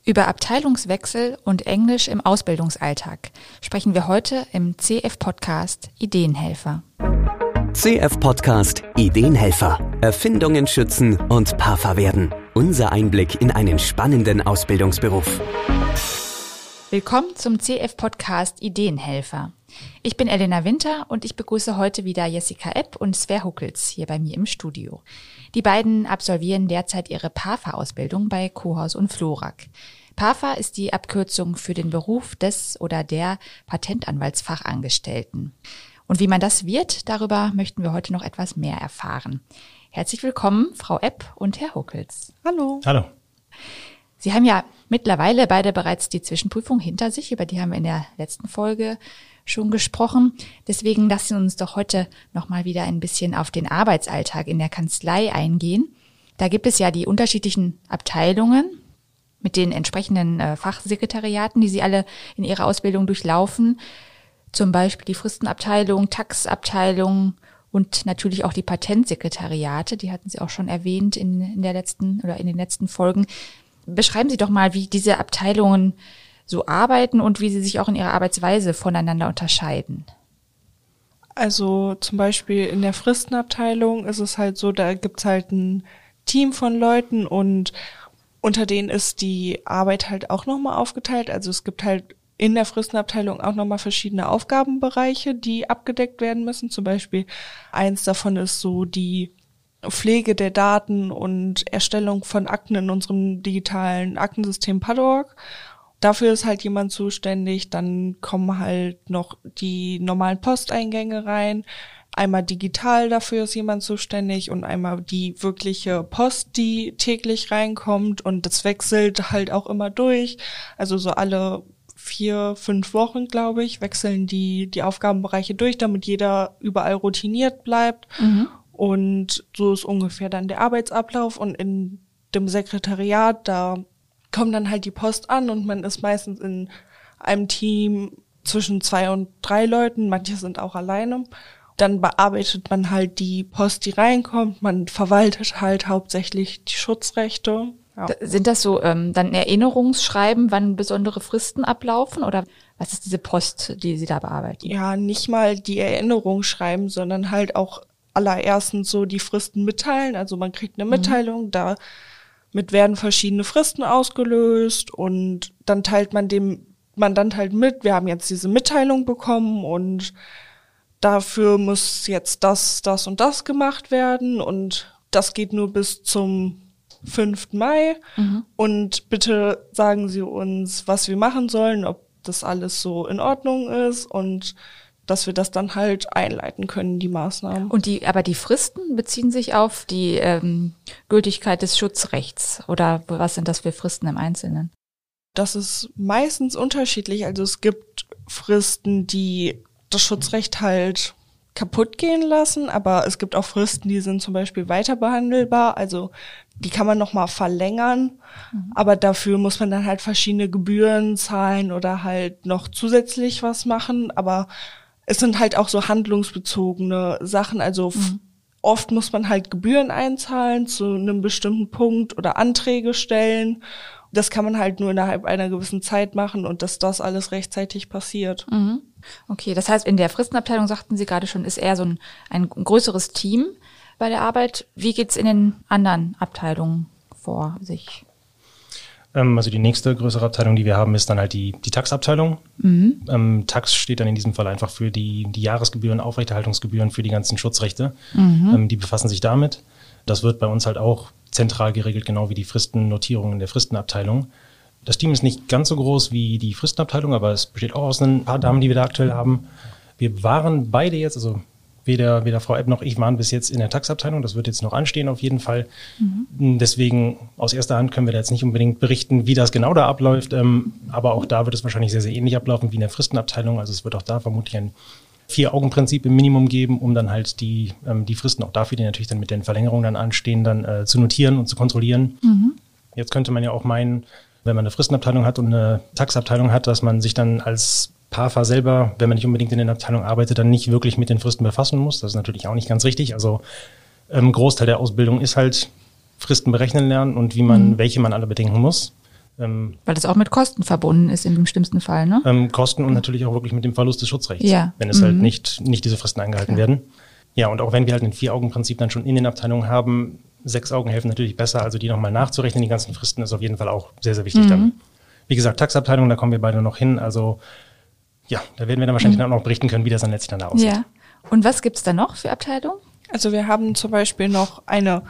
Über Abteilungswechsel und Englisch im Ausbildungsalltag sprechen wir heute im CF-Podcast Ideenhelfer. CF-Podcast Ideenhelfer. Erfindungen schützen und Parfer werden. Unser Einblick in einen spannenden Ausbildungsberuf. Willkommen zum CF-Podcast Ideenhelfer. Ich bin Elena Winter und ich begrüße heute wieder Jessica Epp und Sver Huckels hier bei mir im Studio. Die beiden absolvieren derzeit ihre PAFA-Ausbildung bei Kohaus und Florak. PAFA ist die Abkürzung für den Beruf des oder der Patentanwaltsfachangestellten. Und wie man das wird, darüber möchten wir heute noch etwas mehr erfahren. Herzlich willkommen, Frau Epp und Herr Huckels. Hallo. Hallo. Sie haben ja mittlerweile beide bereits die Zwischenprüfung hinter sich, über die haben wir in der letzten Folge schon gesprochen. Deswegen lassen Sie uns doch heute nochmal wieder ein bisschen auf den Arbeitsalltag in der Kanzlei eingehen. Da gibt es ja die unterschiedlichen Abteilungen mit den entsprechenden Fachsekretariaten, die Sie alle in Ihrer Ausbildung durchlaufen. Zum Beispiel die Fristenabteilung, Taxabteilung und natürlich auch die Patentsekretariate. Die hatten Sie auch schon erwähnt in den letzten Folgen. Beschreiben Sie doch mal, wie diese Abteilungen so arbeiten und wie sie sich auch in ihrer Arbeitsweise voneinander unterscheiden. Also zum Beispiel in der Fristenabteilung ist es halt so, da gibt's halt ein Team von Leuten und unter denen ist die Arbeit halt auch nochmal aufgeteilt. Also es gibt halt in der Fristenabteilung auch nochmal verschiedene Aufgabenbereiche, die abgedeckt werden müssen. Zum Beispiel eins davon ist so die Pflege der Daten und Erstellung von Akten in unserem digitalen Aktensystem Padorg. Dafür ist halt jemand zuständig, dann kommen halt noch die normalen Posteingänge rein. Einmal digital, dafür ist jemand zuständig und einmal die wirkliche Post, die täglich reinkommt und das wechselt halt auch immer durch. Also so alle 4-5 Wochen, glaube ich, wechseln die Aufgabenbereiche durch, damit jeder überall routiniert bleibt. Mhm. Und so ist ungefähr dann der Arbeitsablauf und in dem Sekretariat, da kommt dann halt die Post an und man ist meistens in einem Team zwischen 2 und 3 Leuten, manche sind auch alleine. Dann bearbeitet man halt die Post, die reinkommt, man verwaltet halt hauptsächlich die Schutzrechte. Ja. Sind das so dann Erinnerungsschreiben, wann besondere Fristen ablaufen oder was ist diese Post, die Sie da bearbeiten? Ja, nicht mal die Erinnerungsschreiben, sondern halt auch allererstens so die Fristen mitteilen. Also man kriegt eine Mitteilung, damit werden verschiedene Fristen ausgelöst und dann teilt man dem Mandant halt mit, wir haben jetzt diese Mitteilung bekommen und dafür muss jetzt das und das gemacht werden und das geht nur bis zum 5. Mai und bitte sagen Sie uns, was wir machen sollen, ob das alles so in Ordnung ist und dass wir das dann halt einleiten können, die Maßnahmen. Und aber die Fristen beziehen sich auf die Gültigkeit des Schutzrechts oder was sind das für Fristen im Einzelnen? Das ist meistens unterschiedlich. Also es gibt Fristen, die das Schutzrecht halt kaputt gehen lassen, aber es gibt auch Fristen, die sind zum Beispiel weiter behandelbar. Also die kann man nochmal verlängern, aber dafür muss man dann halt verschiedene Gebühren zahlen oder halt noch zusätzlich was machen. Aber es sind halt auch so handlungsbezogene Sachen, also oft muss man halt Gebühren einzahlen zu einem bestimmten Punkt oder Anträge stellen. Das kann man halt nur innerhalb einer gewissen Zeit machen und dass das alles rechtzeitig passiert. Okay, das heißt, in der Fristenabteilung, sagten Sie gerade schon, ist eher so ein größeres Team bei der Arbeit. Wie geht's in den anderen Abteilungen vor sich? Also die nächste größere Abteilung, die wir haben, ist dann halt die Taxabteilung. Tax steht dann in diesem Fall einfach für die Jahresgebühren, Aufrechterhaltungsgebühren für die ganzen Schutzrechte. Die befassen sich damit. Das wird bei uns halt auch zentral geregelt, genau wie die Fristennotierung in der Fristenabteilung. Das Team ist nicht ganz so groß wie die Fristenabteilung, aber es besteht auch aus ein paar Damen, die wir da aktuell haben. Wir waren beide jetzt, also weder Frau Epp noch ich waren bis jetzt in der Taxabteilung. Das wird jetzt noch anstehen auf jeden Fall. Deswegen aus erster Hand können wir da jetzt nicht unbedingt berichten, wie das genau da abläuft. Aber auch da wird es wahrscheinlich sehr, sehr ähnlich ablaufen wie in der Fristenabteilung. Also es wird auch da vermutlich ein 4-Augen-Prinzip im Minimum geben, um dann halt die Fristen auch dafür, die natürlich dann mit den Verlängerungen dann anstehen, dann zu notieren und zu kontrollieren. Jetzt könnte man ja auch meinen, wenn man eine Fristenabteilung hat und eine Taxabteilung hat, dass man sich dann als PAFA selber, wenn man nicht unbedingt in der Abteilung arbeitet, dann nicht wirklich mit den Fristen befassen muss. Das ist natürlich auch nicht ganz richtig. Also Großteil der Ausbildung ist halt Fristen berechnen lernen und welche man alle bedenken muss. Weil das auch mit Kosten verbunden ist im schlimmsten Fall, ne? Kosten und natürlich auch wirklich mit dem Verlust des Schutzrechts, ja. wenn es halt nicht diese Fristen eingehalten werden. Ja, und auch wenn wir halt ein 4-Augen-Prinzip dann schon in den Abteilungen haben, 6 Augen helfen natürlich besser, also die nochmal nachzurechnen, die ganzen Fristen ist auf jeden Fall auch sehr, sehr wichtig dann. Wie gesagt, Taxabteilung, da kommen wir beide noch hin, also ja, da werden wir dann wahrscheinlich dann auch noch berichten können, wie das dann letztlich dann da aussieht. Ja. Und was gibt's da noch für Abteilungen? Also wir haben zum Beispiel noch eine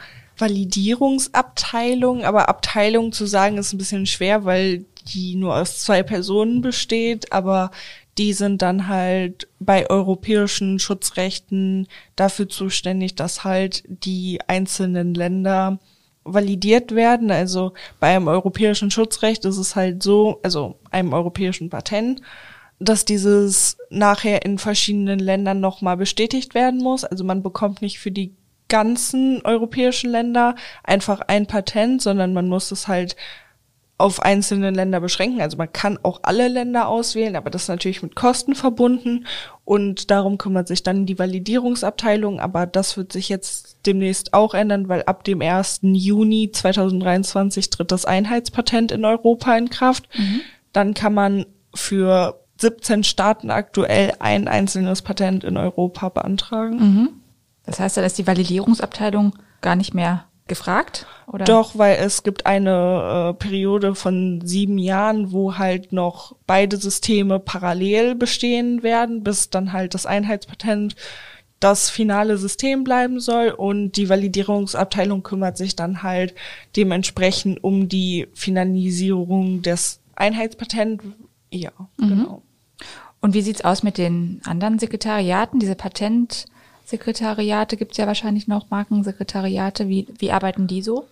Validierungsabteilung, aber Abteilung zu sagen ist ein bisschen schwer, weil die nur aus 2 Personen besteht, aber die sind dann halt bei europäischen Schutzrechten dafür zuständig, dass halt die einzelnen Länder validiert werden. Also bei einem europäischen Schutzrecht ist es halt so, also einem europäischen Patent, dass dieses nachher in verschiedenen Ländern nochmal bestätigt werden muss. Also man bekommt nicht für die ganzen europäischen Länder einfach ein Patent, sondern man muss es halt auf einzelne Länder beschränken. Also man kann auch alle Länder auswählen, aber das ist natürlich mit Kosten verbunden und darum kümmert sich dann die Validierungsabteilung, aber das wird sich jetzt demnächst auch ändern, weil ab dem 1. Juni 2023 tritt das Einheitspatent in Europa in Kraft. Dann kann man für 17 Staaten aktuell ein einzelnes Patent in Europa beantragen. Das heißt, dann ist die Validierungsabteilung gar nicht mehr gefragt? Oder? Doch, weil es gibt eine Periode von 7 Jahren, wo halt noch beide Systeme parallel bestehen werden, bis dann halt das Einheitspatent das finale System bleiben soll und die Validierungsabteilung kümmert sich dann halt dementsprechend um die Finalisierung des Einheitspatents. Ja, genau. Und wie sieht's aus mit den anderen Sekretariaten? Diese Patentsekretariate gibt's ja wahrscheinlich noch, Markensekretariate. Wie arbeiten die so?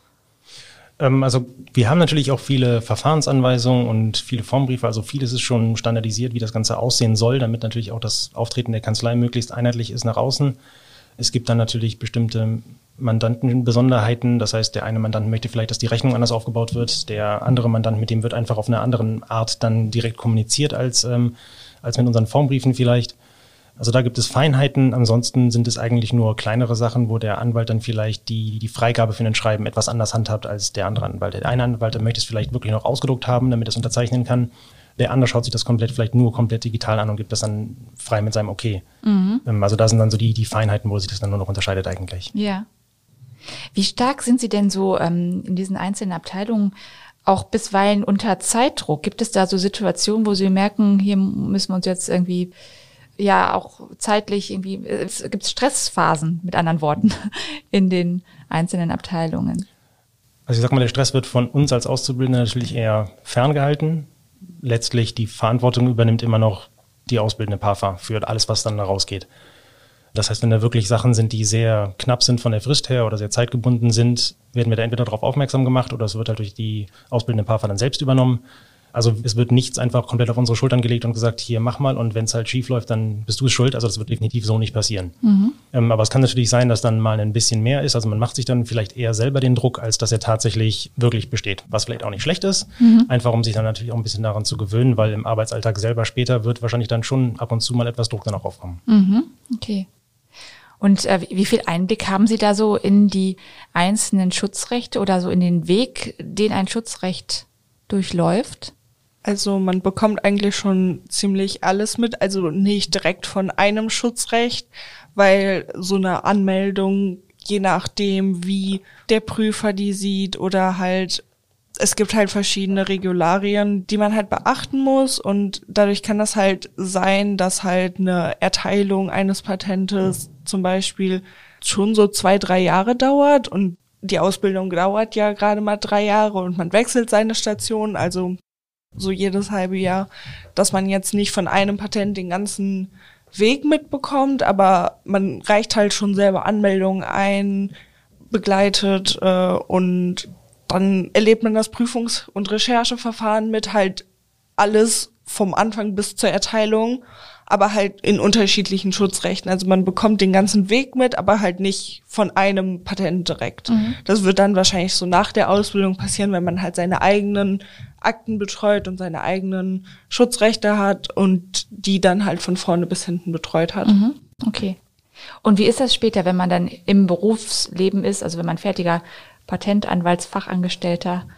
Also wir haben natürlich auch viele Verfahrensanweisungen und viele Formbriefe, also vieles ist schon standardisiert, wie das Ganze aussehen soll, damit natürlich auch das Auftreten der Kanzlei möglichst einheitlich ist nach außen. Es gibt dann natürlich bestimmte Mandantenbesonderheiten, das heißt, der eine Mandant möchte vielleicht, dass die Rechnung anders aufgebaut wird, der andere Mandant, mit dem wird einfach auf eine andere Art dann direkt kommuniziert als mit unseren Formbriefen vielleicht. Also da gibt es Feinheiten, ansonsten sind es eigentlich nur kleinere Sachen, wo der Anwalt dann vielleicht die Freigabe für ein Schreiben etwas anders handhabt als der andere Anwalt. Der eine Anwalt, der möchte es vielleicht wirklich noch ausgedruckt haben, damit er es unterzeichnen kann. Der andere schaut sich das vielleicht nur komplett digital an und gibt das dann frei mit seinem Okay. Also da sind dann so die Feinheiten, wo sich das dann nur noch unterscheidet eigentlich. Ja. Wie stark sind Sie denn so in diesen einzelnen Abteilungen auch bisweilen unter Zeitdruck? Gibt es da so Situationen, wo Sie merken, hier müssen wir uns jetzt irgendwie ja auch zeitlich irgendwie, gibt es Stressphasen, mit anderen Worten, in den einzelnen Abteilungen? Also ich sag mal, der Stress wird von uns als Auszubildender natürlich eher ferngehalten. Letztlich die Verantwortung übernimmt immer noch die ausbildende PAFA für alles, was dann da rausgeht. Das heißt, wenn da wirklich Sachen sind, die sehr knapp sind von der Frist her oder sehr zeitgebunden sind, werden wir da entweder darauf aufmerksam gemacht oder es wird halt durch die ausbildende PAFA dann selbst übernommen. Also es wird nichts einfach komplett auf unsere Schultern gelegt und gesagt, hier mach mal und wenn es halt schief läuft, dann bist du es schuld. Also das wird definitiv so nicht passieren. Aber es kann natürlich sein, dass dann mal ein bisschen mehr ist. Also man macht sich dann vielleicht eher selber den Druck, als dass er tatsächlich wirklich besteht. Was vielleicht auch nicht schlecht ist, einfach um sich dann natürlich auch ein bisschen daran zu gewöhnen, weil im Arbeitsalltag selber später wird wahrscheinlich dann schon ab und zu mal etwas Druck dann auch aufkommen. Okay. Und wie viel Einblick haben Sie da so in die einzelnen Schutzrechte oder so in den Weg, den ein Schutzrecht durchläuft? Also man bekommt eigentlich schon ziemlich alles mit, also nicht direkt von einem Schutzrecht, weil so eine Anmeldung, je nachdem wie der Prüfer die sieht oder halt, es gibt halt verschiedene Regularien, die man halt beachten muss und dadurch kann das halt sein, dass halt eine Erteilung eines Patentes zum Beispiel schon so 2-3 Jahre dauert und die Ausbildung dauert ja gerade mal 3 Jahre und man wechselt seine Station, also so jedes halbe Jahr, dass man jetzt nicht von einem Patent den ganzen Weg mitbekommt, aber man reicht halt schon selber Anmeldungen ein, begleitet und dann erlebt man das Prüfungs- und Rechercheverfahren mit halt alles vom Anfang bis zur Erteilung, aber halt in unterschiedlichen Schutzrechten. Also man bekommt den ganzen Weg mit, aber halt nicht von einem Patent direkt. Das wird dann wahrscheinlich so nach der Ausbildung passieren, wenn man halt seine eigenen Akten betreut und seine eigenen Schutzrechte hat und die dann halt von vorne bis hinten betreut hat. Okay. Und wie ist das später, wenn man dann im Berufsleben ist, also wenn man fertiger Patentanwaltsfachangestellter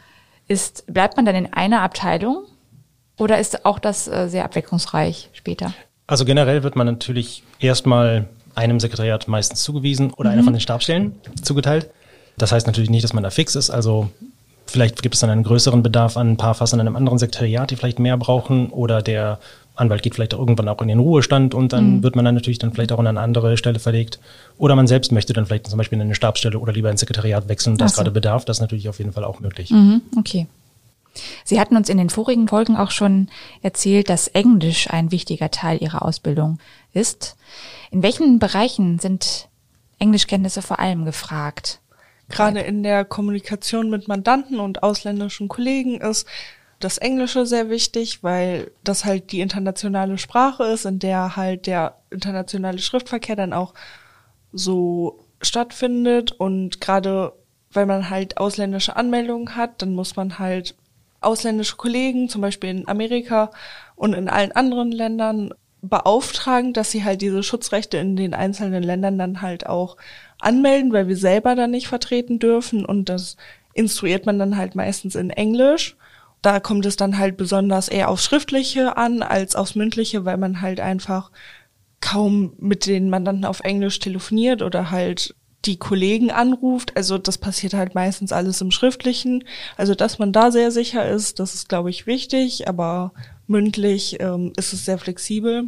bleibt man dann in einer Abteilung oder ist auch das sehr abwechslungsreich später? Also generell wird man natürlich erstmal einem Sekretariat meistens zugewiesen oder einer von den Stabsstellen zugeteilt. Das heißt natürlich nicht, dass man da fix ist. Also vielleicht gibt es dann einen größeren Bedarf an Parfas in einem anderen Sekretariat, die vielleicht mehr brauchen, oder der Anwalt geht vielleicht irgendwann auch in den Ruhestand und dann wird man dann natürlich dann vielleicht auch an eine andere Stelle verlegt. Oder man selbst möchte dann vielleicht zum Beispiel in eine Stabsstelle oder lieber ins Sekretariat wechseln, das gerade bedarf. Das ist natürlich auf jeden Fall auch möglich. Okay. Sie hatten uns in den vorigen Folgen auch schon erzählt, dass Englisch ein wichtiger Teil Ihrer Ausbildung ist. In welchen Bereichen sind Englischkenntnisse vor allem gefragt? Gerade in der Kommunikation mit Mandanten und ausländischen Kollegen ist das Englische sehr wichtig, weil das halt die internationale Sprache ist, in der halt der internationale Schriftverkehr dann auch so stattfindet. Und gerade weil man halt ausländische Anmeldungen hat, dann muss man halt ausländische Kollegen, zum Beispiel in Amerika und in allen anderen Ländern, beauftragen, dass sie halt diese Schutzrechte in den einzelnen Ländern dann halt auch anmelden, weil wir selber dann nicht vertreten dürfen, und das instruiert man dann halt meistens in Englisch. Da kommt es dann halt besonders eher aufs Schriftliche an als aufs Mündliche, weil man halt einfach kaum mit den Mandanten auf Englisch telefoniert oder halt die Kollegen anruft. Also das passiert halt meistens alles im Schriftlichen. Also dass man da sehr sicher ist, das ist, glaube ich, wichtig, aber mündlich ist es sehr flexibel.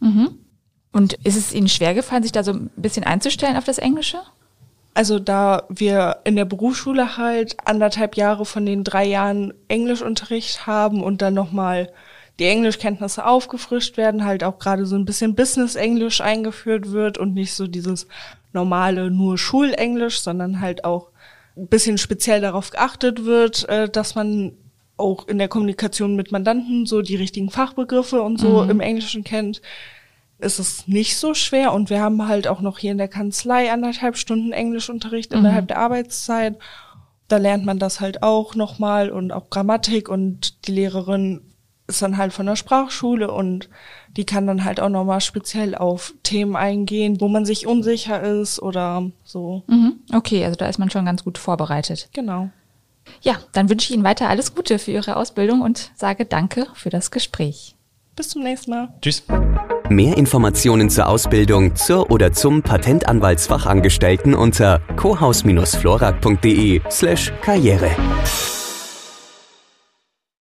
Und ist es Ihnen schwergefallen, sich da so ein bisschen einzustellen auf das Englische? Also da wir in der Berufsschule halt 1,5 Jahre von den 3 Jahren Englischunterricht haben und dann nochmal die Englischkenntnisse aufgefrischt werden, halt auch gerade so ein bisschen Business-Englisch eingeführt wird und nicht so dieses normale nur Schulenglisch, sondern halt auch ein bisschen speziell darauf geachtet wird, dass man auch in der Kommunikation mit Mandanten so die richtigen Fachbegriffe und so im Englischen kennt, ist es nicht so schwer. Und wir haben halt auch noch hier in der Kanzlei 1,5 Stunden Englischunterricht innerhalb der Arbeitszeit. Da lernt man das halt auch nochmal und auch Grammatik, und die Lehrerin ist dann halt von der Sprachschule und die kann dann halt auch nochmal speziell auf Themen eingehen, wo man sich unsicher ist oder so. Okay, also da ist man schon ganz gut vorbereitet. Genau. Ja, dann wünsche ich Ihnen weiter alles Gute für Ihre Ausbildung und sage danke für das Gespräch. Bis zum nächsten Mal. Tschüss. Mehr Informationen zur Ausbildung zur oder zum Patentanwaltsfachangestellten unter cohaus-florak.de/karriere.